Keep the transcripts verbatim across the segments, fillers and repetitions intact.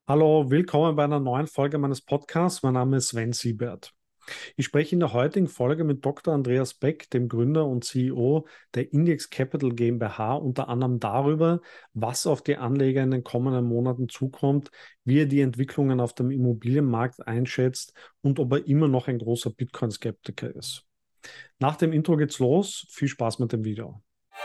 Hallo, willkommen bei einer neuen Folge meines Podcasts. Mein Name ist Sven Siebert. Ich spreche in der heutigen Folge mit Doktor Andreas Beck, dem Gründer und C E O der Index Capital GmbH, unter anderem darüber, was auf die Anleger in den kommenden Monaten zukommt, wie er die Entwicklungen auf dem Immobilienmarkt einschätzt und ob er immer noch ein großer Bitcoin-Skeptiker ist. Nach dem Intro geht's los. Viel Spaß mit dem Video.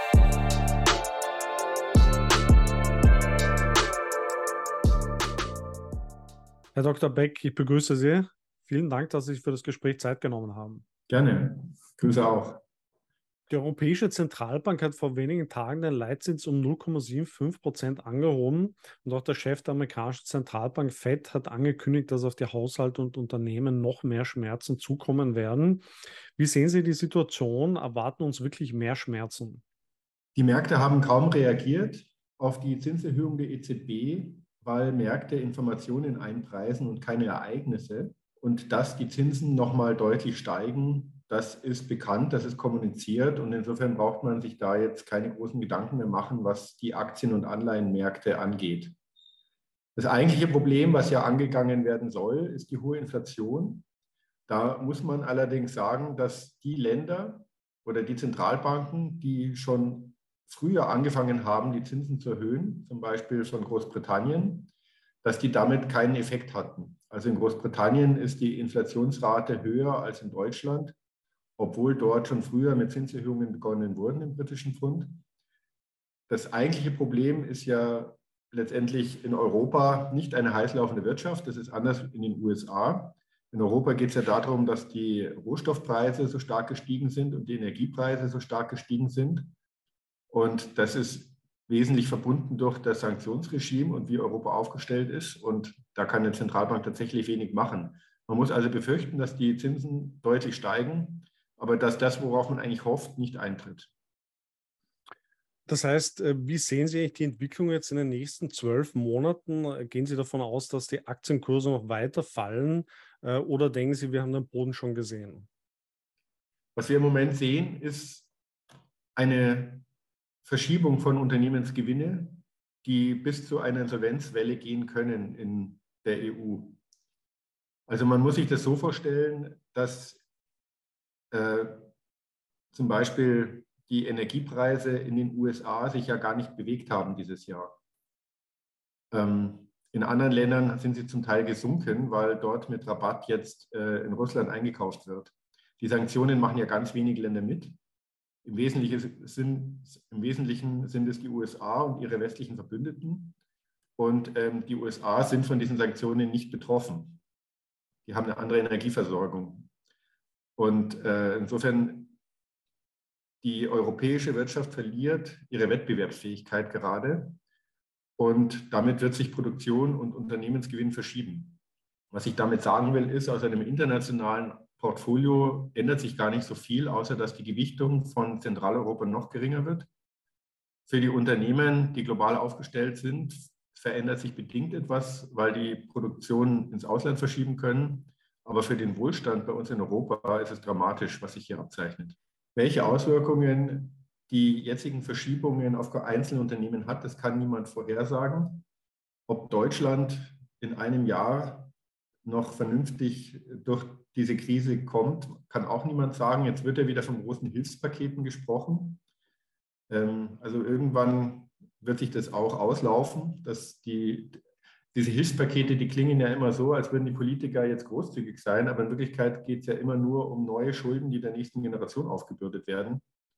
Herr Doktor Beck, ich begrüße Sie. Vielen Dank, dass Sie sich für das Gespräch Zeit genommen haben. Gerne. Grüße auch. Die Europäische Zentralbank hat vor wenigen Tagen den Leitzins um null Komma fünfundsiebzig Prozent angehoben und auch der Chef der amerikanischen Zentralbank Fed hat angekündigt, dass auf die Haushalte und Unternehmen noch mehr Schmerzen zukommen werden. Wie sehen Sie die Situation? Erwarten uns wirklich mehr Schmerzen? Die Märkte haben kaum reagiert auf die Zinserhöhung der E Z B, weil Märkte Informationen einpreisen und keine Ereignisse. Und dass die Zinsen nochmal deutlich steigen, das ist bekannt, das ist kommuniziert. Und insofern braucht man sich da jetzt keine großen Gedanken mehr machen, was die Aktien- und Anleihenmärkte angeht. Das eigentliche Problem, was ja angegangen werden soll, ist die hohe Inflation. Da muss man allerdings sagen, dass die Länder oder die Zentralbanken, die schon früher angefangen haben, die Zinsen zu erhöhen, zum Beispiel von Großbritannien, dass die damit keinen Effekt hatten. Also in Großbritannien ist die Inflationsrate höher als in Deutschland, obwohl dort schon früher mit Zinserhöhungen begonnen wurden im britischen Pfund. Das eigentliche Problem ist ja letztendlich in Europa nicht eine heißlaufende Wirtschaft. Das ist anders in den U S A. In Europa geht es ja darum, dass die Rohstoffpreise so stark gestiegen sind und die Energiepreise so stark gestiegen sind. Und das ist wesentlich verbunden durch das Sanktionsregime und wie Europa aufgestellt ist. Und da kann eine Zentralbank tatsächlich wenig machen. Man muss also befürchten, dass die Zinsen deutlich steigen, aber dass das, worauf man eigentlich hofft, nicht eintritt. Das heißt, äh, wie sehen Sie eigentlich die Entwicklung jetzt in den nächsten zwölf Monaten? Äh, Gehen Sie davon aus, dass die Aktienkurse noch weiter fallen, äh, oder denken Sie, wir haben den Boden schon gesehen? Was wir im Moment sehen, ist eine Verschiebung von Unternehmensgewinne, die bis zu einer Insolvenzwelle gehen können in der E U. Also man muss sich das so vorstellen, dass äh, zum Beispiel die Energiepreise in den U S A sich ja gar nicht bewegt haben dieses Jahr. Ähm, in anderen Ländern sind sie zum Teil gesunken, weil dort mit Rabatt jetzt äh, in Russland eingekauft wird. Die Sanktionen machen ja ganz wenige Länder mit. Im Wesentlichen sind, Im Wesentlichen sind es die U S A und ihre westlichen Verbündeten. Und ähm, die U S A sind von diesen Sanktionen nicht betroffen. Die haben eine andere Energieversorgung. Und äh, insofern, die europäische Wirtschaft verliert ihre Wettbewerbsfähigkeit gerade. Und damit wird sich Produktion und Unternehmensgewinn verschieben. Was ich damit sagen will, ist, aus einem internationalen Portfolio ändert sich gar nicht so viel, außer dass die Gewichtung von Zentraleuropa noch geringer wird. Für die Unternehmen, die global aufgestellt sind, verändert sich bedingt etwas, weil die Produktion ins Ausland verschieben können. Aber für den Wohlstand bei uns in Europa ist es dramatisch, was sich hier abzeichnet. Welche Auswirkungen die jetzigen Verschiebungen auf einzelne Unternehmen hat, das kann niemand vorhersagen. Ob Deutschland in einem Jahr noch vernünftig durch diese Krise kommt, kann auch niemand sagen. Jetzt wird ja wieder von großen Hilfspaketen gesprochen. Ähm, also irgendwann wird sich das auch auslaufen, dass die, diese Hilfspakete, die klingen ja immer so, als würden die Politiker jetzt großzügig sein, aber in Wirklichkeit geht es ja immer nur um neue Schulden, die der nächsten Generation aufgebürdet werden.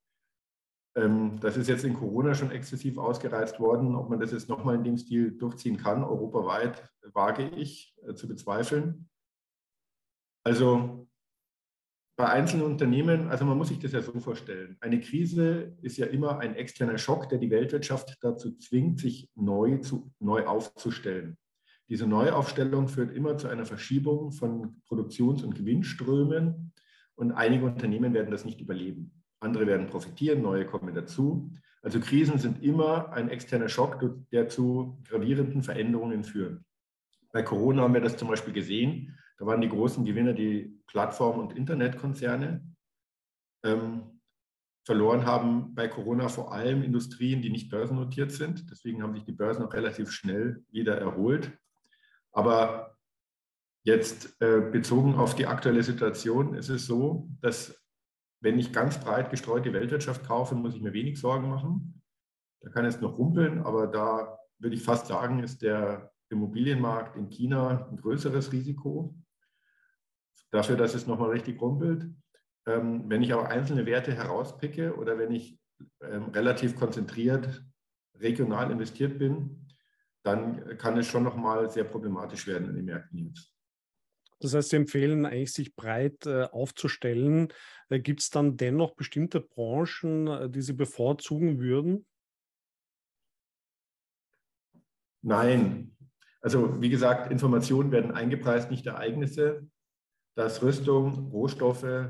Ähm, das ist jetzt in Corona schon exzessiv ausgereizt worden. Ob man das jetzt nochmal in dem Stil durchziehen kann, europaweit, wage ich äh, zu bezweifeln. Also bei einzelnen Unternehmen, also man muss sich das ja so vorstellen, eine Krise ist ja immer ein externer Schock, der die Weltwirtschaft dazu zwingt, sich neu, zu, neu aufzustellen. Diese Neuaufstellung führt immer zu einer Verschiebung von Produktions- und Gewinnströmen und einige Unternehmen werden das nicht überleben. Andere werden profitieren, neue kommen dazu. Also Krisen sind immer ein externer Schock, der zu gravierenden Veränderungen führt. Bei Corona haben wir das zum Beispiel gesehen. Da waren die großen Gewinner die Plattform- und Internetkonzerne. Ähm, verloren haben bei Corona vor allem Industrien, die nicht börsennotiert sind. Deswegen haben sich die Börsen auch relativ schnell wieder erholt. Aber jetzt äh, bezogen auf die aktuelle Situation ist es so, dass wenn ich ganz breit gestreut die Weltwirtschaft kaufe, muss ich mir wenig Sorgen machen. Da kann es noch rumpeln, aber da würde ich fast sagen, ist der Immobilienmarkt in China ein größeres Risiko dafür, dass es nochmal richtig rumpelt. Ähm, wenn ich aber einzelne Werte herauspicke oder wenn ich ähm, relativ konzentriert regional investiert bin, dann kann es schon nochmal sehr problematisch werden in den Märkten jetzt. Das heißt, Sie empfehlen eigentlich, sich breit äh, aufzustellen. Äh, Gibt es dann dennoch bestimmte Branchen, äh, die Sie bevorzugen würden? Nein. Also wie gesagt, Informationen werden eingepreist, nicht Ereignisse. Dass Rüstung, Rohstoffe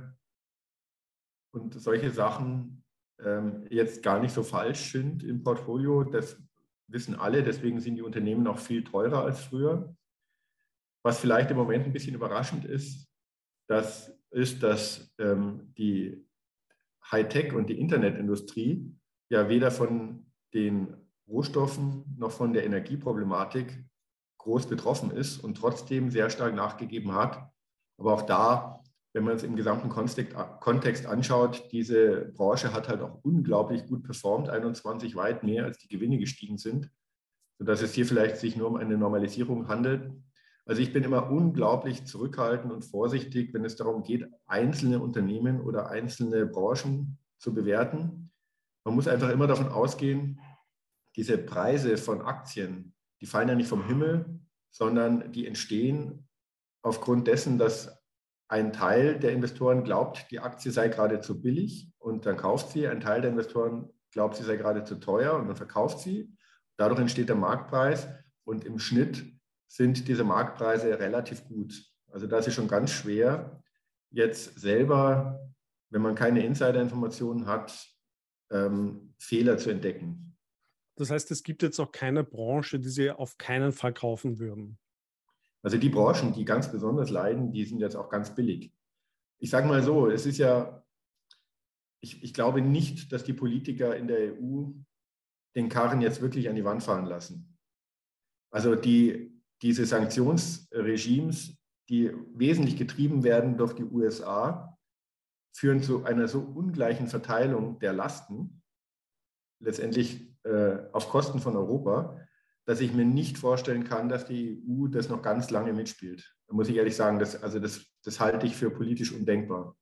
und solche Sachen ähm, jetzt gar nicht so falsch sind im Portfolio, das wissen alle. Deswegen sind die Unternehmen auch viel teurer als früher. Was vielleicht im Moment ein bisschen überraschend ist, das ist, dass ähm, die Hightech- und die Internetindustrie ja weder von den Rohstoffen noch von der Energieproblematik groß betroffen ist und trotzdem sehr stark nachgegeben hat. Aber auch da, wenn man es im gesamten Kontext anschaut, diese Branche hat halt auch unglaublich gut performt, einundzwanzig weit mehr als die Gewinne gestiegen sind, sodass es hier vielleicht sich nur um eine Normalisierung handelt. Also ich bin immer unglaublich zurückhaltend und vorsichtig, wenn es darum geht, einzelne Unternehmen oder einzelne Branchen zu bewerten. Man muss einfach immer davon ausgehen, diese Preise von Aktien, die fallen ja nicht vom Himmel, sondern die entstehen aufgrund dessen, dass ein Teil der Investoren glaubt, die Aktie sei gerade zu billig und dann kauft sie. Ein Teil der Investoren glaubt, sie sei gerade zu teuer und dann verkauft sie. Dadurch entsteht der Marktpreis und im Schnitt sind diese Marktpreise relativ gut. Also das ist schon ganz schwer, jetzt selber, wenn man keine Insider-Informationen hat, ähm, Fehler zu entdecken. Das heißt, es gibt jetzt auch keine Branche, die Sie auf keinen Fall kaufen würden. Also die Branchen, die ganz besonders leiden, die sind jetzt auch ganz billig. Ich sage mal so, es ist ja, ich, ich glaube nicht, dass die Politiker in der E U den Karren jetzt wirklich an die Wand fahren lassen. Also die, diese Sanktionsregimes, die wesentlich getrieben werden durch die U S A, führen zu einer so ungleichen Verteilung der Lasten, letztendlich äh, auf Kosten von Europa, dass ich mir nicht vorstellen kann, dass die E U das noch ganz lange mitspielt. Da muss ich ehrlich sagen, das, also das, das halte ich für politisch undenkbar.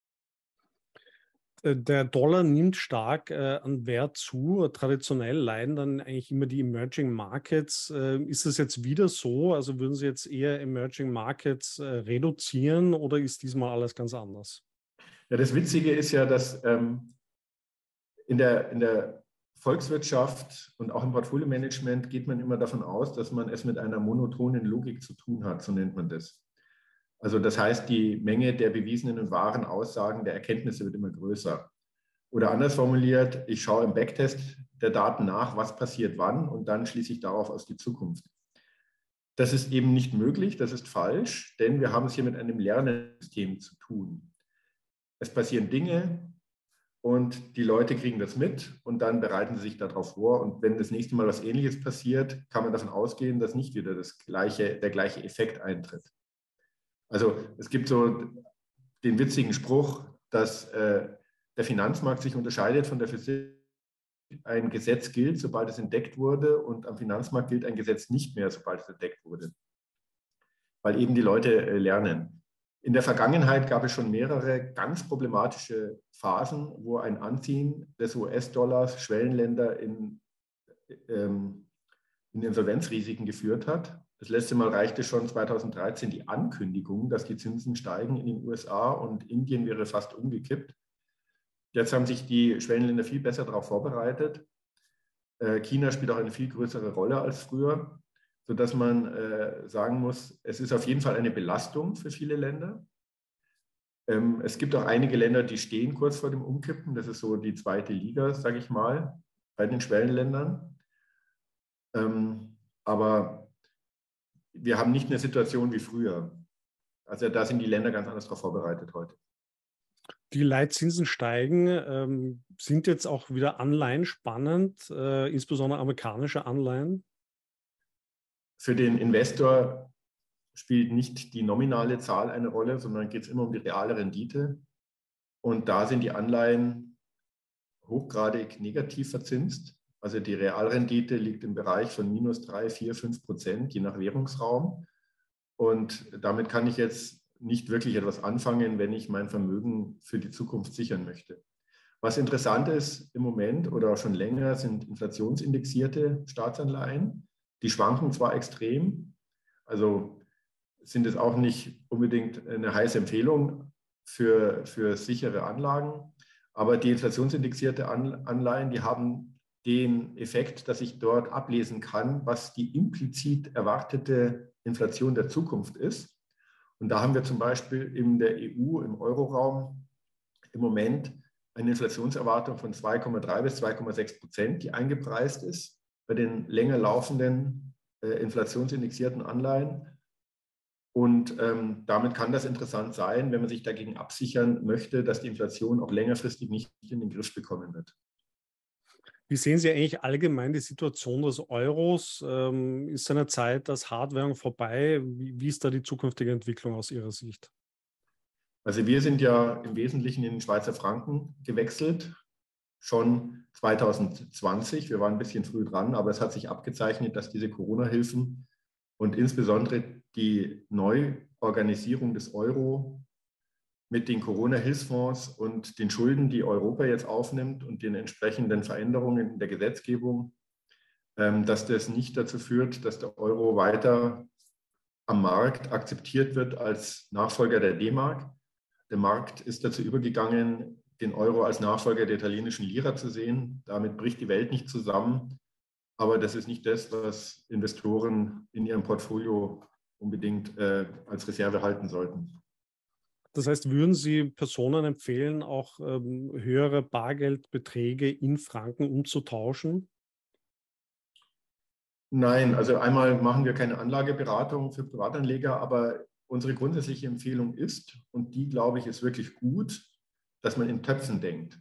Der Dollar nimmt stark äh, an Wert zu. Traditionell leiden dann eigentlich immer die Emerging Markets. Äh, ist das jetzt wieder so? Also würden Sie jetzt eher Emerging Markets äh, reduzieren oder ist diesmal alles ganz anders? Ja, das Witzige ist ja, dass ähm, in der, in der Volkswirtschaft und auch im Portfolio-Management geht man immer davon aus, dass man es mit einer monotonen Logik zu tun hat, so nennt man das. Also das heißt, die Menge der bewiesenen und wahren Aussagen, der Erkenntnisse wird immer größer. Oder anders formuliert, ich schaue im Backtest der Daten nach, was passiert wann und dann schließe ich darauf aus die Zukunft. Das ist eben nicht möglich, das ist falsch, denn wir haben es hier mit einem Lernsystem zu tun. Es passieren Dinge und die Leute kriegen das mit und dann bereiten sie sich darauf vor. Und wenn das nächste Mal was Ähnliches passiert, kann man davon ausgehen, dass nicht wieder das gleiche, der gleiche Effekt eintritt. Also es gibt so den witzigen Spruch, dass äh, der Finanzmarkt sich unterscheidet von der Physik. Ein Gesetz gilt, sobald es entdeckt wurde, und am Finanzmarkt gilt ein Gesetz nicht mehr, sobald es entdeckt wurde, weil eben die Leute äh, lernen. In der Vergangenheit gab es schon mehrere ganz problematische Phasen, wo ein Anziehen des U S-Dollars Schwellenländer in, ähm, in Insolvenzrisiken geführt hat. Das letzte Mal reichte schon zweitausenddreizehn die Ankündigung, dass die Zinsen steigen in den U S A und Indien wäre fast umgekippt. Jetzt haben sich die Schwellenländer viel besser darauf vorbereitet. China spielt auch eine viel größere Rolle als früher, sodass man äh, sagen muss, es ist auf jeden Fall eine Belastung für viele Länder. Ähm, es gibt auch einige Länder, die stehen kurz vor dem Umkippen. Das ist so die zweite Liga, sage ich mal, bei den Schwellenländern. Ähm, aber wir haben nicht eine Situation wie früher. Also da sind die Länder ganz anders darauf vorbereitet heute. Die Leitzinsen steigen. Ähm, sind jetzt auch wieder Anleihen spannend, äh, insbesondere amerikanische Anleihen? Für den Investor spielt nicht die nominale Zahl eine Rolle, sondern geht es immer um die reale Rendite. Und da sind die Anleihen hochgradig negativ verzinst. Also die Realrendite liegt im Bereich von minus drei, vier, fünf Prozent, je nach Währungsraum. Und damit kann ich jetzt nicht wirklich etwas anfangen, wenn ich mein Vermögen für die Zukunft sichern möchte. Was interessant ist im Moment oder auch schon länger, sind inflationsindexierte Staatsanleihen. Die schwanken zwar extrem, also sind es auch nicht unbedingt eine heiße Empfehlung für, für sichere Anlagen, aber die inflationsindexierte Anleihen, die haben den Effekt, dass ich dort ablesen kann, was die implizit erwartete Inflation der Zukunft ist. Und da haben wir zum Beispiel in der E U, im Euroraum, im Moment eine Inflationserwartung von zwei Komma drei bis zwei Komma sechs Prozent, die eingepreist ist bei den länger laufenden äh, inflationsindexierten Anleihen. Und ähm, damit kann das interessant sein, wenn man sich dagegen absichern möchte, dass die Inflation auch längerfristig nicht in den Griff bekommen wird. Wie sehen Sie eigentlich allgemein die Situation des Euros? Ähm, ist seine Zeit als Hardwährung vorbei? Wie, wie ist da die zukünftige Entwicklung aus Ihrer Sicht? Also wir sind ja im Wesentlichen in den Schweizer Franken gewechselt, schon zwanzig zwanzig. Wir waren ein bisschen früh dran, aber es hat sich abgezeichnet, dass diese Corona-Hilfen und insbesondere die Neuorganisierung des Euro mit den Corona-Hilfsfonds und den Schulden, die Europa jetzt aufnimmt und den entsprechenden Veränderungen in der Gesetzgebung, dass das nicht dazu führt, dass der Euro weiter am Markt akzeptiert wird als Nachfolger der D-Mark. Der Markt ist dazu übergegangen, den Euro als Nachfolger der italienischen Lira zu sehen. Damit bricht die Welt nicht zusammen. Aber das ist nicht das, was Investoren in ihrem Portfolio unbedingt äh, als Reserve halten sollten. Das heißt, würden Sie Personen empfehlen, auch ähm, höhere Bargeldbeträge in Franken umzutauschen? Nein, also einmal machen wir keine Anlageberatung für Privatanleger, aber unsere grundsätzliche Empfehlung ist, und die, glaube ich, ist wirklich gut, dass man in Töpfen denkt.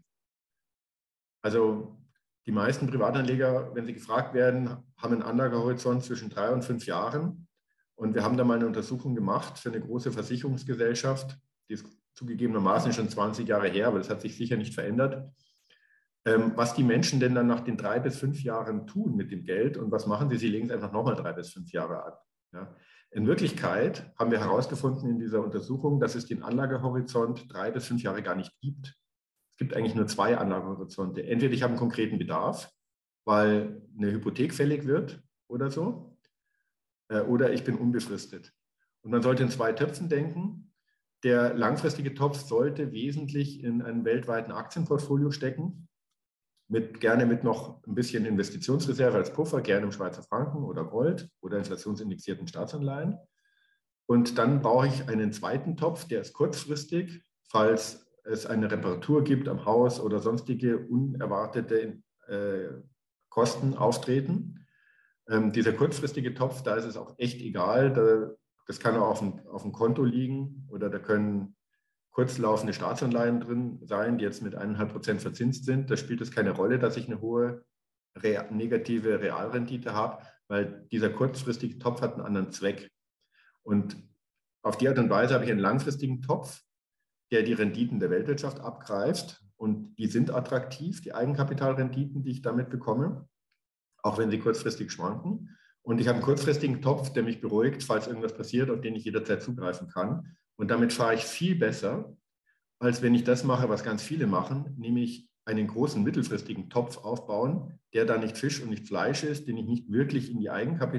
Also die meisten Privatanleger, wenn sie gefragt werden, haben einen Anlagehorizont zwischen drei und fünf Jahren. Und wir haben da mal eine Untersuchung gemacht für eine große Versicherungsgesellschaft, die ist zugegebenermaßen schon zwanzig Jahre her, aber das hat sich sicher nicht verändert. Ähm, was die Menschen denn dann nach den drei bis fünf Jahren tun mit dem Geld und was machen sie? Sie legen es einfach nochmal drei bis fünf Jahre an. Ja. In Wirklichkeit haben wir herausgefunden in dieser Untersuchung, dass es den Anlagehorizont drei bis fünf Jahre gar nicht gibt. Es gibt eigentlich nur zwei Anlagehorizonte. Entweder ich habe einen konkreten Bedarf, weil eine Hypothek fällig wird oder so, äh, oder ich bin unbefristet. Und man sollte in zwei Töpfen denken. Der langfristige Topf sollte wesentlich in einem weltweiten Aktienportfolio stecken, mit, gerne mit noch ein bisschen Investitionsreserve als Puffer, gerne im Schweizer Franken oder Gold oder inflationsindexierten Staatsanleihen. Und dann brauche ich einen zweiten Topf, der ist kurzfristig, falls es eine Reparatur gibt am Haus oder sonstige unerwartete äh, Kosten auftreten. Ähm, dieser kurzfristige Topf, da ist es auch echt egal, da, das kann auch auf dem, auf dem Konto liegen oder da können kurzlaufende Staatsanleihen drin sein, die jetzt mit eineinhalb Prozent verzinst sind. Da spielt es keine Rolle, dass ich eine hohe real, negative Realrendite habe, weil dieser kurzfristige Topf hat einen anderen Zweck. Und auf die Art und Weise habe ich einen langfristigen Topf, der die Renditen der Weltwirtschaft abgreift. Und die sind attraktiv, die Eigenkapitalrenditen, die ich damit bekomme, auch wenn sie kurzfristig schwanken. Und ich habe einen kurzfristigen Topf, der mich beruhigt, falls irgendwas passiert, auf den ich jederzeit zugreifen kann. Und damit fahre ich viel besser, als wenn ich das mache, was ganz viele machen, nämlich einen großen mittelfristigen Topf aufbauen, der dann nicht Fisch und nicht Fleisch ist, den ich nicht wirklich in die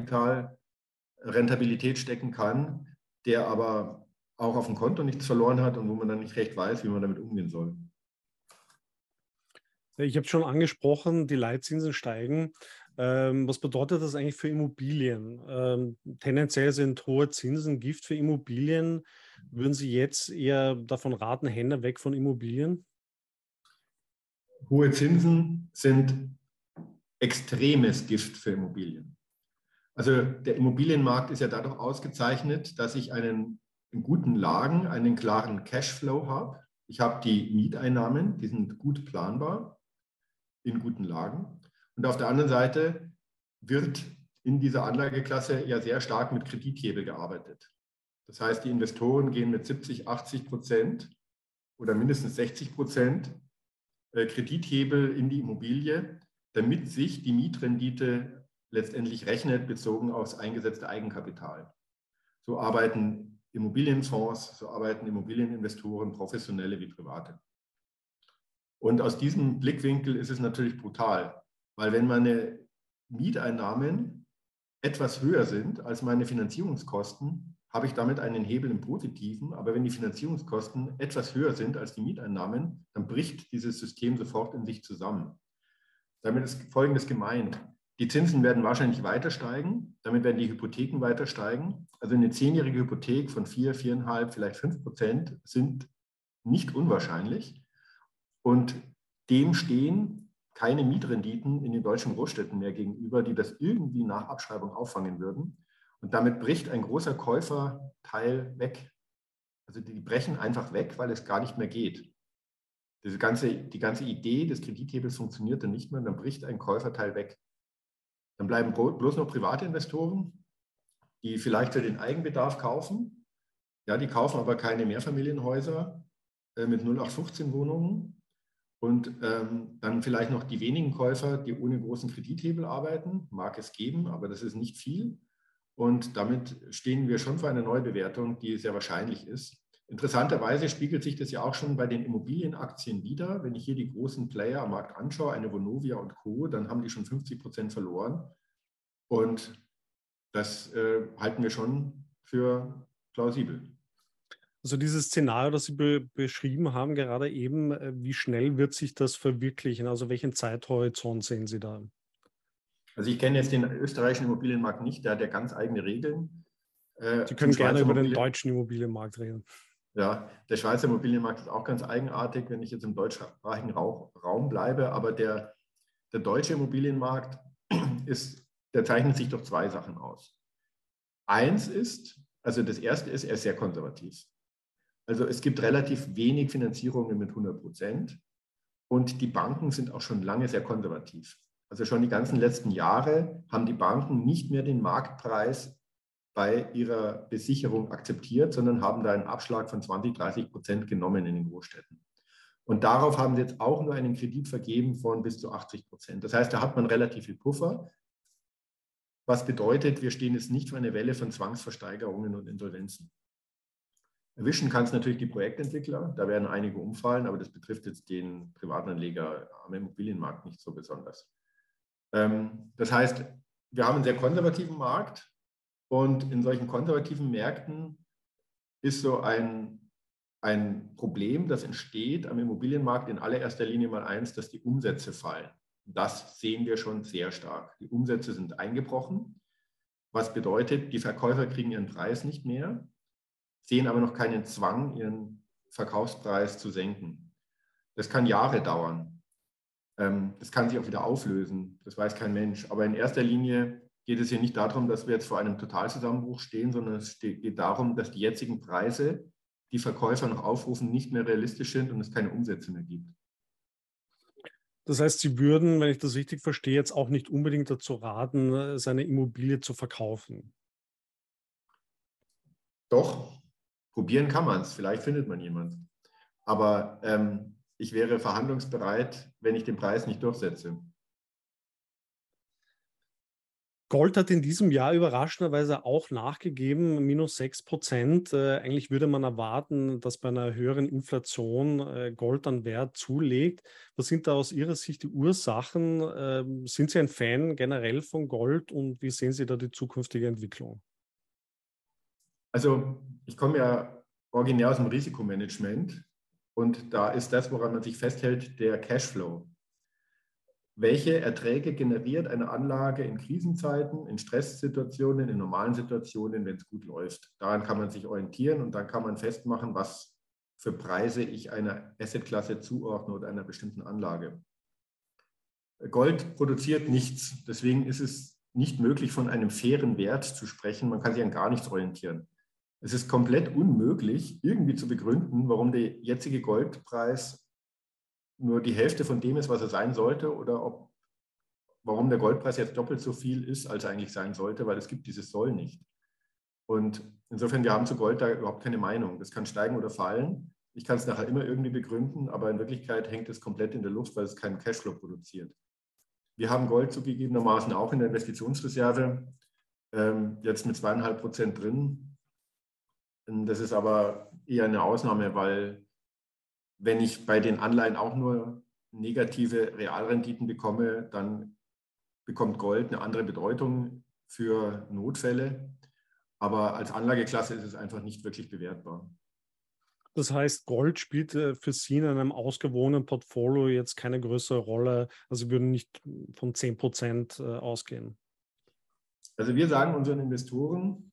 Eigenkapitalrentabilität stecken kann, der aber auch auf dem Konto nichts verloren hat und wo man dann nicht recht weiß, wie man damit umgehen soll. Ich habe schon angesprochen, die Leitzinsen steigen. Ähm, was bedeutet das eigentlich für Immobilien? Ähm, tendenziell sind hohe Zinsen Gift für Immobilien. Würden Sie jetzt eher davon raten, Hände weg von Immobilien? Hohe Zinsen sind extremes Gift für Immobilien. Also der Immobilienmarkt ist ja dadurch ausgezeichnet, dass ich einen in guten Lagen einen klaren Cashflow habe. Ich habe die Mieteinnahmen, die sind gut planbar in guten Lagen. Und auf der anderen Seite wird in dieser Anlageklasse ja sehr stark mit Kredithebel gearbeitet. Das heißt, die Investoren gehen mit siebzig, achtzig Prozent oder mindestens sechzig Prozent Kredithebel in die Immobilie, damit sich die Mietrendite letztendlich rechnet, bezogen aufs eingesetzte Eigenkapital. So arbeiten Immobilienfonds, so arbeiten Immobilieninvestoren, professionelle wie private. Und aus diesem Blickwinkel ist es natürlich brutal, weil wenn meine Mieteinnahmen etwas höher sind als meine Finanzierungskosten, habe ich damit einen Hebel im Positiven. Aber wenn die Finanzierungskosten etwas höher sind als die Mieteinnahmen, dann bricht dieses System sofort in sich zusammen. Damit ist Folgendes gemeint. Die Zinsen werden wahrscheinlich weiter steigen, damit werden die Hypotheken weiter steigen. Also eine zehnjährige Hypothek von vier, viereinhalb, vielleicht fünf Prozent sind nicht unwahrscheinlich. Und dem stehen keine Mietrenditen in den deutschen Großstädten mehr gegenüber, die das irgendwie nach Abschreibung auffangen würden. Und damit bricht ein großer Käuferteil weg. Also die brechen einfach weg, weil es gar nicht mehr geht. Diese ganze, die ganze Idee des Kredithebels funktioniert dann nicht mehr und dann bricht ein Käuferteil weg. Dann bleiben bloß noch private Investoren, die vielleicht für den Eigenbedarf kaufen. Ja, die kaufen aber keine Mehrfamilienhäuser äh, mit null acht fünfzehn Wohnungen. Und ähm, dann vielleicht noch die wenigen Käufer, die ohne großen Kredithebel arbeiten. Mag es geben, aber das ist nicht viel. Und damit stehen wir schon vor einer Neubewertung, die sehr wahrscheinlich ist. Interessanterweise spiegelt sich das ja auch schon bei den Immobilienaktien wider. Wenn ich hier die großen Player am Markt anschaue, eine Vonovia und Co., dann haben die schon fünfzig Prozent verloren. Und das äh, halten wir schon für plausibel. Also dieses Szenario, das Sie be beschrieben haben, gerade eben, wie schnell wird sich das verwirklichen? Also welchen Zeithorizont sehen Sie da? Also ich kenne jetzt den österreichischen Immobilienmarkt nicht, der hat ja ganz eigene Regeln. Sie können gerne über den deutschen Immobilienmarkt reden. Ja, der Schweizer Immobilienmarkt ist auch ganz eigenartig, wenn ich jetzt im deutschsprachigen Raum bleibe. Aber der, der deutsche Immobilienmarkt ist, der zeichnet sich durch zwei Sachen aus. Eins ist, also das erste ist, er ist sehr konservativ. Also es gibt relativ wenig Finanzierungen mit hundert Prozent und die Banken sind auch schon lange sehr konservativ. Also schon die ganzen letzten Jahre haben die Banken nicht mehr den Marktpreis bei ihrer Besicherung akzeptiert, sondern haben da einen Abschlag von zwanzig, dreißig Prozent genommen in den Großstädten. Und darauf haben sie jetzt auch nur einen Kredit vergeben von bis zu achtzig Prozent. Das heißt, da hat man relativ viel Puffer, was bedeutet, wir stehen jetzt nicht vor einer Welle von Zwangsversteigerungen und Insolvenzen. Erwischen kann es natürlich die Projektentwickler, da werden einige umfallen, aber das betrifft jetzt den Privatanleger am Immobilienmarkt nicht so besonders. Das heißt, wir haben einen sehr konservativen Markt und in solchen konservativen Märkten ist so ein, ein Problem, das entsteht am Immobilienmarkt in allererster Linie mal eins, dass die Umsätze fallen. Das sehen wir schon sehr stark. Die Umsätze sind eingebrochen, was bedeutet, die Verkäufer kriegen ihren Preis nicht mehr, sehen aber noch keinen Zwang, ihren Verkaufspreis zu senken. Das kann Jahre dauern. Das kann sich auch wieder auflösen, das weiß kein Mensch. Aber in erster Linie geht es hier nicht darum, dass wir jetzt vor einem Totalzusammenbruch stehen, sondern es geht darum, dass die jetzigen Preise, die Verkäufer noch aufrufen, nicht mehr realistisch sind und es keine Umsätze mehr gibt. Das heißt, Sie würden, wenn ich das richtig verstehe, jetzt auch nicht unbedingt dazu raten, seine Immobilie zu verkaufen. Doch, probieren kann man es, vielleicht findet man jemanden. Aber ähm, ich wäre verhandlungsbereit, wenn ich den Preis nicht durchsetze. Gold hat in diesem Jahr überraschenderweise auch nachgegeben, minus sechs Prozent. Äh, eigentlich würde man erwarten, dass bei einer höheren Inflation äh, Gold an Wert zulegt. Was sind da aus Ihrer Sicht die Ursachen? Ähm, sind Sie ein Fan generell von Gold und wie sehen Sie da die zukünftige Entwicklung? Also ich komme ja originär aus dem Risikomanagement und da ist das, woran man sich festhält, der Cashflow. Welche Erträge generiert eine Anlage in Krisenzeiten, in Stresssituationen, in normalen Situationen, wenn es gut läuft? Daran kann man sich orientieren und dann kann man festmachen, was für Preise ich einer Assetklasse zuordne oder einer bestimmten Anlage. Gold produziert nichts, deswegen ist es nicht möglich, von einem fairen Wert zu sprechen. Man kann sich an gar nichts orientieren. Es ist komplett unmöglich, irgendwie zu begründen, warum der jetzige Goldpreis nur die Hälfte von dem ist, was er sein sollte, oder ob, warum der Goldpreis jetzt doppelt so viel ist, als er eigentlich sein sollte, weil es gibt dieses Soll nicht. Und Insofern, wir haben zu Gold da überhaupt keine Meinung. Das kann steigen oder fallen. Ich kann es nachher immer irgendwie begründen, aber in Wirklichkeit hängt es komplett in der Luft, weil es keinen Cashflow produziert. Wir haben Gold zugegebenermaßen auch in der Investitionsreserve, ähm, jetzt mit zweieinhalb Prozent drin. Das ist aber eher eine Ausnahme, weil wenn ich bei den Anleihen auch nur negative Realrenditen bekomme, dann bekommt Gold eine andere Bedeutung für Notfälle. Aber als Anlageklasse ist es einfach nicht wirklich bewertbar. Das heißt, Gold spielt für Sie in einem ausgewogenen Portfolio jetzt keine größere Rolle. Also Sie würden nicht von zehn Prozent ausgehen. Also wir sagen unseren Investoren,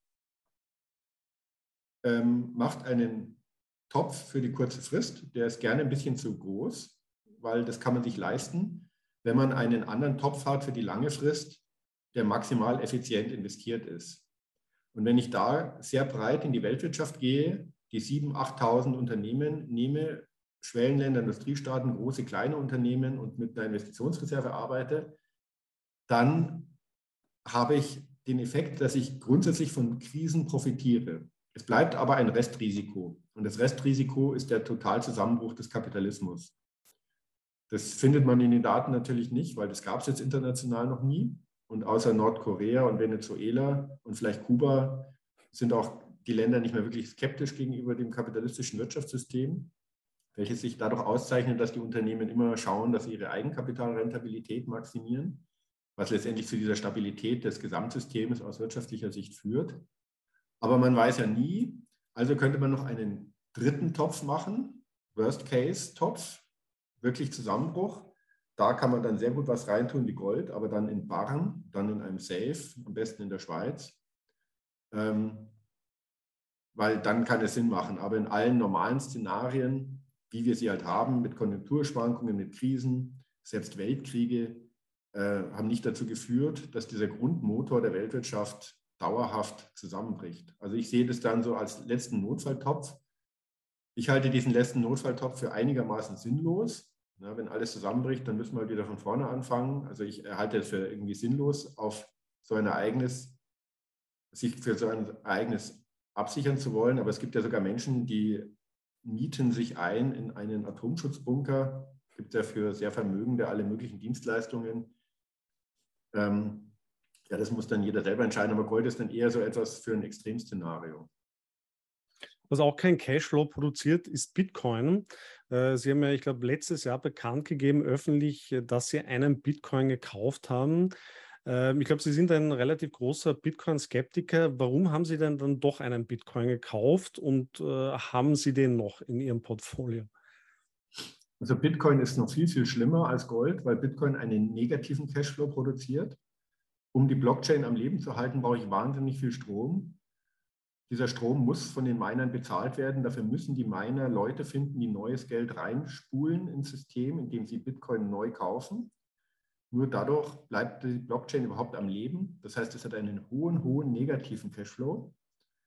ähm, macht einen Topf für die kurze Frist. Der ist gerne ein bisschen zu groß, weil das kann man sich leisten, wenn man einen anderen Topf hat für die lange Frist, der maximal effizient investiert ist. Und wenn ich da sehr breit in die Weltwirtschaft gehe, die siebentausend, achttausend Unternehmen nehme, Schwellenländer, Industriestaaten, große, kleine Unternehmen und mit einer Investitionsreserve arbeite, dann habe ich den Effekt, dass ich grundsätzlich von Krisen profitiere. Es bleibt aber ein Restrisiko. Und das Restrisiko ist der Totalzusammenbruch des Kapitalismus. Das findet man in den Daten natürlich nicht, weil das gab es jetzt international noch nie. Und außer Nordkorea und Venezuela und vielleicht Kuba sind auch die Länder nicht mehr wirklich skeptisch gegenüber dem kapitalistischen Wirtschaftssystem, welches sich dadurch auszeichnet, dass die Unternehmen immer schauen, dass sie ihre Eigenkapitalrentabilität maximieren, was letztendlich zu dieser Stabilität des Gesamtsystems aus wirtschaftlicher Sicht führt. Aber man weiß ja nie, also könnte man noch einen dritten Topf machen, Worst-Case-Topf, wirklich Zusammenbruch. Da kann man dann sehr gut was reintun wie Gold, aber dann in Barren, dann in einem Safe, am besten in der Schweiz. Ähm, weil dann kann es Sinn machen. Aber in allen normalen Szenarien, wie wir sie halt haben, mit Konjunkturschwankungen, mit Krisen, selbst Weltkriege, äh, haben nicht dazu geführt, dass dieser Grundmotor der Weltwirtschaft dauerhaft zusammenbricht. Also ich sehe das dann so als letzten Notfalltopf. Ich halte diesen letzten Notfalltopf für einigermaßen sinnlos. Ja, wenn alles zusammenbricht, dann müssen wir wieder von vorne anfangen. Also ich halte es für irgendwie sinnlos, auf so ein Ereignis, sich für so ein Ereignis absichern zu wollen. Aber es gibt ja sogar Menschen, die mieten sich ein in einen Atomschutzbunker. Es gibt ja für sehr Vermögende alle möglichen Dienstleistungen. Ähm, ja, das muss dann jeder selber entscheiden. Aber Gold ist dann eher so etwas für ein Extremszenario. Was auch kein Cashflow produziert, ist Bitcoin. Sie haben ja, ich glaube, letztes Jahr bekannt gegeben, öffentlich, dass Sie einen Bitcoin gekauft haben. Ich glaube, Sie sind ein relativ großer Bitcoin-Skeptiker. Warum haben Sie denn dann doch einen Bitcoin gekauft und haben Sie den noch in Ihrem Portfolio? Also Bitcoin ist noch viel, viel schlimmer als Gold, weil Bitcoin einen negativen Cashflow produziert. Um die Blockchain am Leben zu halten, brauche ich wahnsinnig viel Strom. Dieser Strom muss von den Minern bezahlt werden. Dafür müssen die Miner Leute finden, die neues Geld reinspulen ins System, indem sie Bitcoin neu kaufen. Nur dadurch bleibt die Blockchain überhaupt am Leben. Das heißt, es hat einen hohen, hohen negativen Cashflow,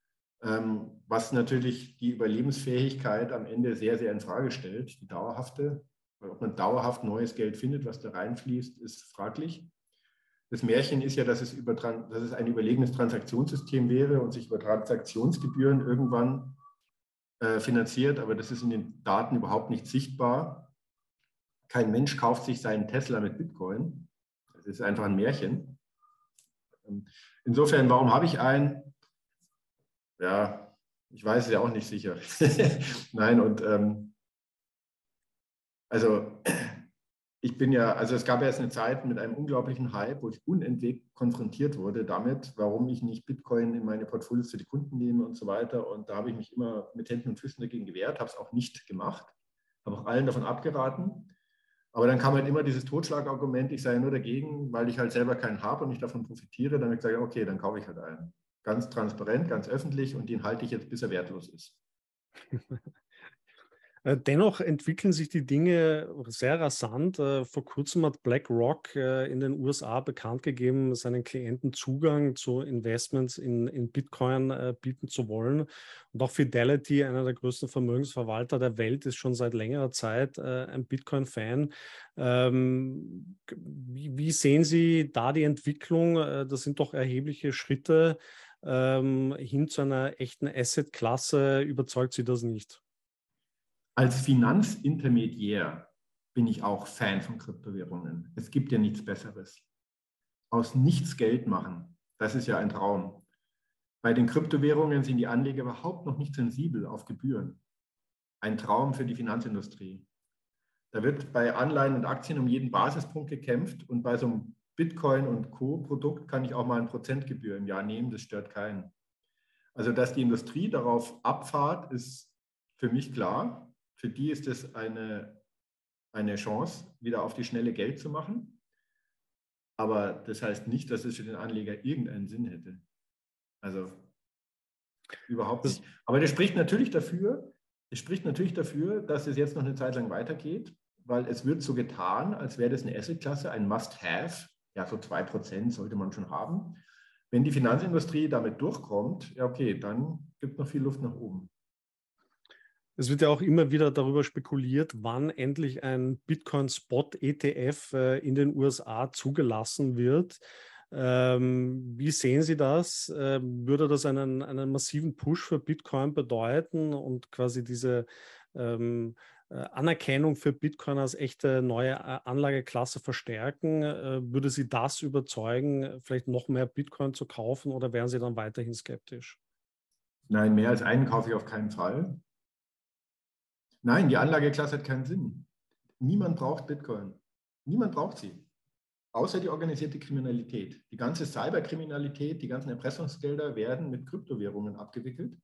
was natürlich die Überlebensfähigkeit am Ende sehr, sehr in Frage stellt, die dauerhafte. Weil ob man dauerhaft neues Geld findet, was da reinfließt, ist fraglich. Das Märchen ist ja, dass es, über, dass es ein überlegenes Transaktionssystem wäre und sich über Transaktionsgebühren irgendwann äh, finanziert, aber das ist in den Daten überhaupt nicht sichtbar. Kein Mensch kauft sich seinen Tesla mit Bitcoin. Das ist einfach ein Märchen. Insofern, warum habe ich einen? Ja, ich weiß es ja auch nicht sicher. Nein, und ähm, also ich bin ja, also es gab ja jetzt eine Zeit mit einem unglaublichen Hype, wo ich unentwegt konfrontiert wurde damit, warum ich nicht Bitcoin in meine Portfolios für die Kunden nehme und so weiter. Und da habe ich mich immer mit Händen und Füßen dagegen gewehrt, habe es auch nicht gemacht, habe auch allen davon abgeraten. Aber dann kam halt immer dieses Totschlagargument, ich sei nur dagegen, weil ich halt selber keinen habe und nicht davon profitiere. Dann habe ich gesagt, okay, dann kaufe ich halt einen. Ganz transparent, ganz öffentlich und den halte ich jetzt, bis er wertlos ist. Dennoch entwickeln sich die Dinge sehr rasant. Vor kurzem hat BlackRock in den U S A bekannt gegeben, seinen Klienten Zugang zu Investments in, in Bitcoin bieten zu wollen. Und auch Fidelity, einer der größten Vermögensverwalter der Welt, ist schon seit längerer Zeit ein Bitcoin-Fan. Wie, wie sehen Sie da die Entwicklung? Das sind doch erhebliche Schritte. ähm, hin zu einer echten Asset-Klasse überzeugt Sie das nicht? Als Finanzintermediär bin ich auch Fan von Kryptowährungen. Es gibt ja nichts Besseres. Aus nichts Geld machen, das ist ja ein Traum. Bei den Kryptowährungen sind die Anleger überhaupt noch nicht sensibel auf Gebühren. Ein Traum für die Finanzindustrie. Da wird bei Anleihen und Aktien um jeden Basispunkt gekämpft und bei so einem Bitcoin- und Co-Produkt kann ich auch mal eine Prozentgebühr im Jahr nehmen, das stört keinen. Also, dass die Industrie darauf abfahrt, ist für mich klar. Für die ist es eine, eine Chance, wieder auf die schnelle Geld zu machen. Aber das heißt nicht, dass es für den Anleger irgendeinen Sinn hätte. Also überhaupt Das, nicht. Aber das spricht natürlich dafür, es spricht natürlich dafür, dass es jetzt noch eine Zeit lang weitergeht, weil es wird so getan, als wäre das eine Assetklasse, ein Must-Have. Ja, so zwei Prozent sollte man schon haben. Wenn die Finanzindustrie damit durchkommt, ja okay, dann gibt es noch viel Luft nach oben. Es wird ja auch immer wieder darüber spekuliert, wann endlich ein Bitcoin-Spot-E T F äh, in den U S A zugelassen wird. Ähm, wie sehen Sie das? Ähm, würde das einen, einen massiven Push für Bitcoin bedeuten und quasi diese ähm, äh, Anerkennung für Bitcoin als echte neue äh, Anlageklasse verstärken? Äh, würde Sie das überzeugen, vielleicht noch mehr Bitcoin zu kaufen oder wären Sie dann weiterhin skeptisch? Nein, mehr als einen kaufe ich auf keinen Fall. Nein, die Anlageklasse hat keinen Sinn. Niemand braucht Bitcoin. Niemand braucht sie. Außer die organisierte Kriminalität. Die ganze Cyberkriminalität, die ganzen Erpressungsgelder werden mit Kryptowährungen abgewickelt.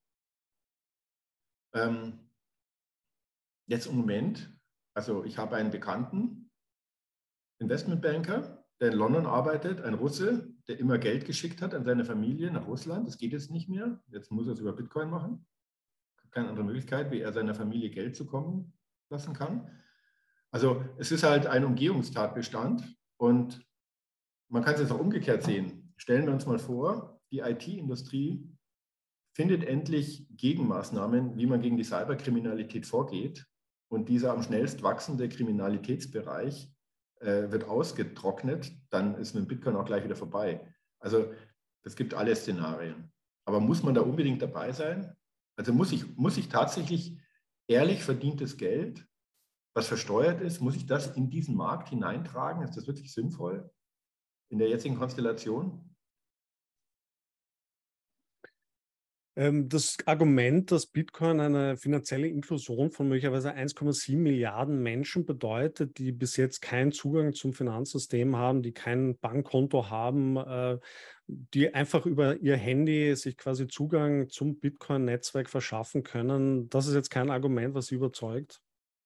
Ähm, jetzt im Moment, also ich habe einen Bekannten, Investmentbanker, der in London arbeitet, ein Russe, der immer Geld geschickt hat an seine Familie nach Russland. Das geht jetzt nicht mehr. Jetzt muss er es über Bitcoin machen. Keine andere Möglichkeit, wie er seiner Familie Geld zukommen lassen kann. Also es ist halt ein Umgehungstatbestand und man kann es jetzt auch umgekehrt sehen. Stellen wir uns mal vor, die I T-Industrie findet endlich Gegenmaßnahmen, wie man gegen die Cyberkriminalität vorgeht. Und dieser am schnellst wachsende Kriminalitätsbereich äh, wird ausgetrocknet, dann ist mit Bitcoin auch gleich wieder vorbei. Also es gibt alle Szenarien. Aber muss man da unbedingt dabei sein? Also muss ich, muss ich tatsächlich ehrlich verdientes Geld, was versteuert ist, muss ich das in diesen Markt hineintragen? Ist das wirklich sinnvoll in der jetzigen Konstellation? Ähm, das Argument, dass Bitcoin eine finanzielle Inklusion von möglicherweise eins Komma sieben Milliarden Menschen bedeutet, die bis jetzt keinen Zugang zum Finanzsystem haben, die kein Bankkonto haben, äh, die einfach über ihr Handy sich quasi Zugang zum Bitcoin-Netzwerk verschaffen können, das ist jetzt kein Argument, was Sie überzeugt.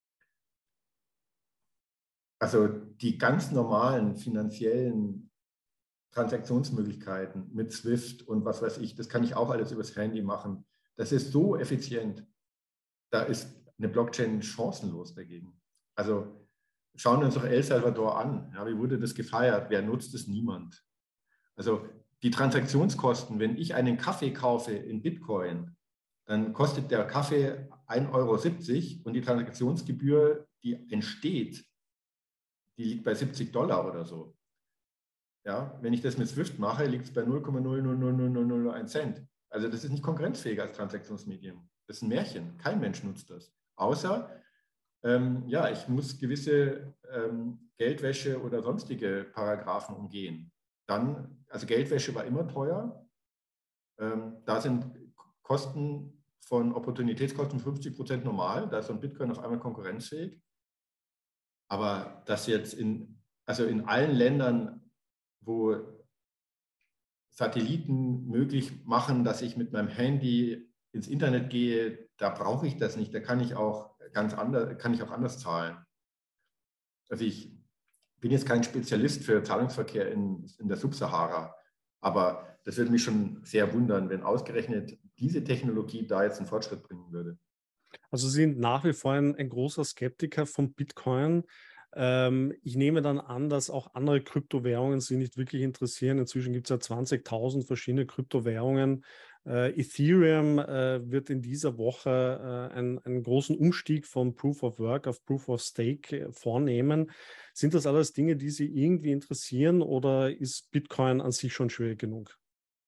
Also die ganz normalen finanziellen Transaktionsmöglichkeiten mit Swift und was weiß ich, das kann ich auch alles übers Handy machen. Das ist so effizient. Da ist eine Blockchain chancenlos dagegen. Also schauen wir uns doch El Salvador an. Ja, wie wurde das gefeiert? Wer nutzt es? Niemand. Also die Transaktionskosten, wenn ich einen Kaffee kaufe in Bitcoin, dann kostet der Kaffee ein Euro siebzig und die Transaktionsgebühr, die entsteht, die liegt bei siebzig Dollar oder so. Ja, wenn ich das mit Swift mache, liegt es bei null Komma null null null null null null eins Cent. Also das ist nicht konkurrenzfähig als Transaktionsmedium. Das ist ein Märchen. Kein Mensch nutzt das. Außer, ähm, ja, ich muss gewisse ähm, Geldwäsche oder sonstige Paragraphen umgehen. Dann, also Geldwäsche war immer teuer. Ähm, da sind Kosten von Opportunitätskosten fünfzig Prozent normal. Da ist so ein Bitcoin auf einmal konkurrenzfähig. Aber das jetzt in, also in allen Ländern, wo Satelliten möglich machen, dass ich mit meinem Handy ins Internet gehe, da brauche ich das nicht. Da kann ich auch ganz anders, kann ich auch anders zahlen. Also ich bin jetzt kein Spezialist für Zahlungsverkehr in, in der Subsahara, aber das würde mich schon sehr wundern, wenn ausgerechnet diese Technologie da jetzt einen Fortschritt bringen würde. Also Sie sind nach wie vor ein, ein großer Skeptiker von Bitcoin. Ähm, ich nehme dann an, dass auch andere Kryptowährungen Sie nicht wirklich interessieren. Inzwischen gibt es ja zwanzigtausend verschiedene Kryptowährungen. Äh, Ethereum äh, wird in dieser Woche äh, einen, einen großen Umstieg von Proof of Work auf Proof of Stake äh, vornehmen. Sind das alles Dinge, die Sie irgendwie interessieren oder ist Bitcoin an sich schon schwierig genug?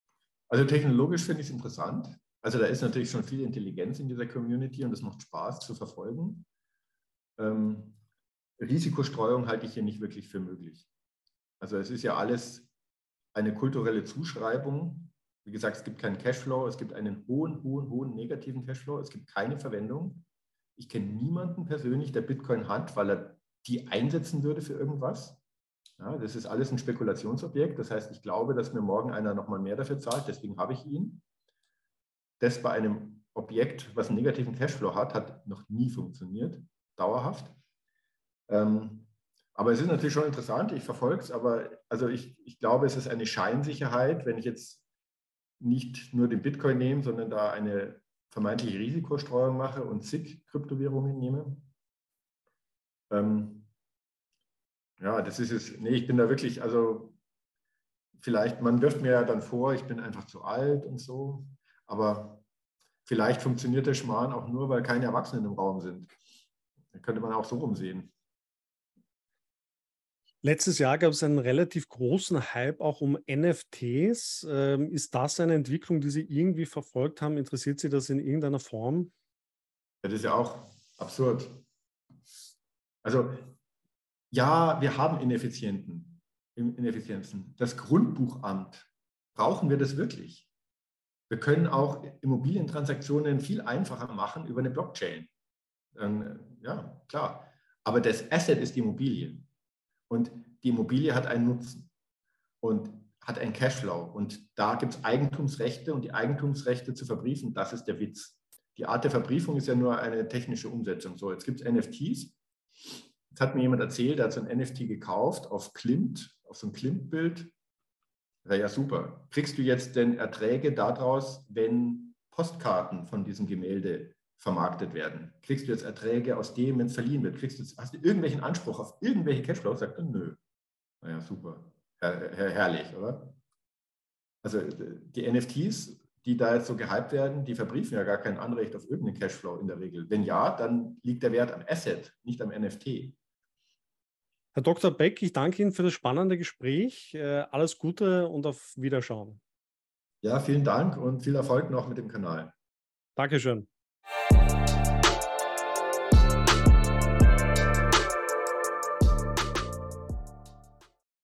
Also technologisch finde ich es interessant. Also da ist natürlich schon viel Intelligenz in dieser Community und es macht Spaß zu verfolgen. Ähm, Risikostreuung halte ich hier nicht wirklich für möglich. Also es ist ja alles eine kulturelle Zuschreibung. Wie gesagt, es gibt keinen Cashflow, es gibt einen hohen, hohen, hohen negativen Cashflow, es gibt keine Verwendung. Ich kenne niemanden persönlich, der Bitcoin hat, weil er die einsetzen würde für irgendwas. Ja, das ist alles ein Spekulationsobjekt. Das heißt, ich glaube, dass mir morgen einer nochmal mehr dafür zahlt, deswegen habe ich ihn. Das bei einem Objekt, was einen negativen Cashflow hat, hat noch nie funktioniert, dauerhaft. Ähm, aber es ist natürlich schon interessant, ich verfolge es, aber also ich, ich glaube, es ist eine Scheinsicherheit, wenn ich jetzt nicht nur den Bitcoin nehme, sondern da eine vermeintliche Risikostreuung mache und zig Kryptowährungen nehme. Ähm, ja, das ist es. Nee, ich bin da wirklich, also vielleicht, man wirft mir ja dann vor, ich bin einfach zu alt und so, aber vielleicht funktioniert der Schmarrn auch nur, weil keine Erwachsenen im Raum sind. Da könnte man auch so rumsehen. Letztes Jahr gab es einen relativ großen Hype auch um N F Ts. Ähm, ist das eine Entwicklung, die Sie irgendwie verfolgt haben? Interessiert Sie das in irgendeiner Form? Das ist ja auch absurd. Also ja, wir haben Ineffizienten, Ineffizienzen. Das Grundbuchamt, brauchen wir das wirklich? Wir können auch Immobilientransaktionen viel einfacher machen über eine Blockchain. Ähm, ja, klar. Aber das Asset ist die Immobilie. Und die Immobilie hat einen Nutzen und hat einen Cashflow. Und da gibt es Eigentumsrechte und die Eigentumsrechte zu verbriefen, das ist der Witz. Die Art der Verbriefung ist ja nur eine technische Umsetzung. So, jetzt gibt es N F Ts. Jetzt hat mir jemand erzählt, der hat so ein N F T gekauft auf Klimt, auf so ein Klimt-Bild. Wäre ja super. Kriegst du jetzt denn Erträge daraus, wenn Postkarten von diesem Gemälde vermarktet werden? Kriegst du jetzt Erträge aus dem, wenn es verliehen wird? Kriegst du, hast du irgendwelchen Anspruch auf irgendwelche Cashflow? Sagt er, nö. Naja, super. Her her herrlich, oder? Also die N F Ts, die da jetzt so gehypt werden, die verbriefen ja gar kein Anrecht auf irgendeinen Cashflow in der Regel. Wenn ja, dann liegt der Wert am Asset, nicht am N F T. Herr Doktor Beck, ich danke Ihnen für das spannende Gespräch. Äh, alles Gute und auf Wiederschauen. Ja, vielen Dank und viel Erfolg noch mit dem Kanal. Dankeschön.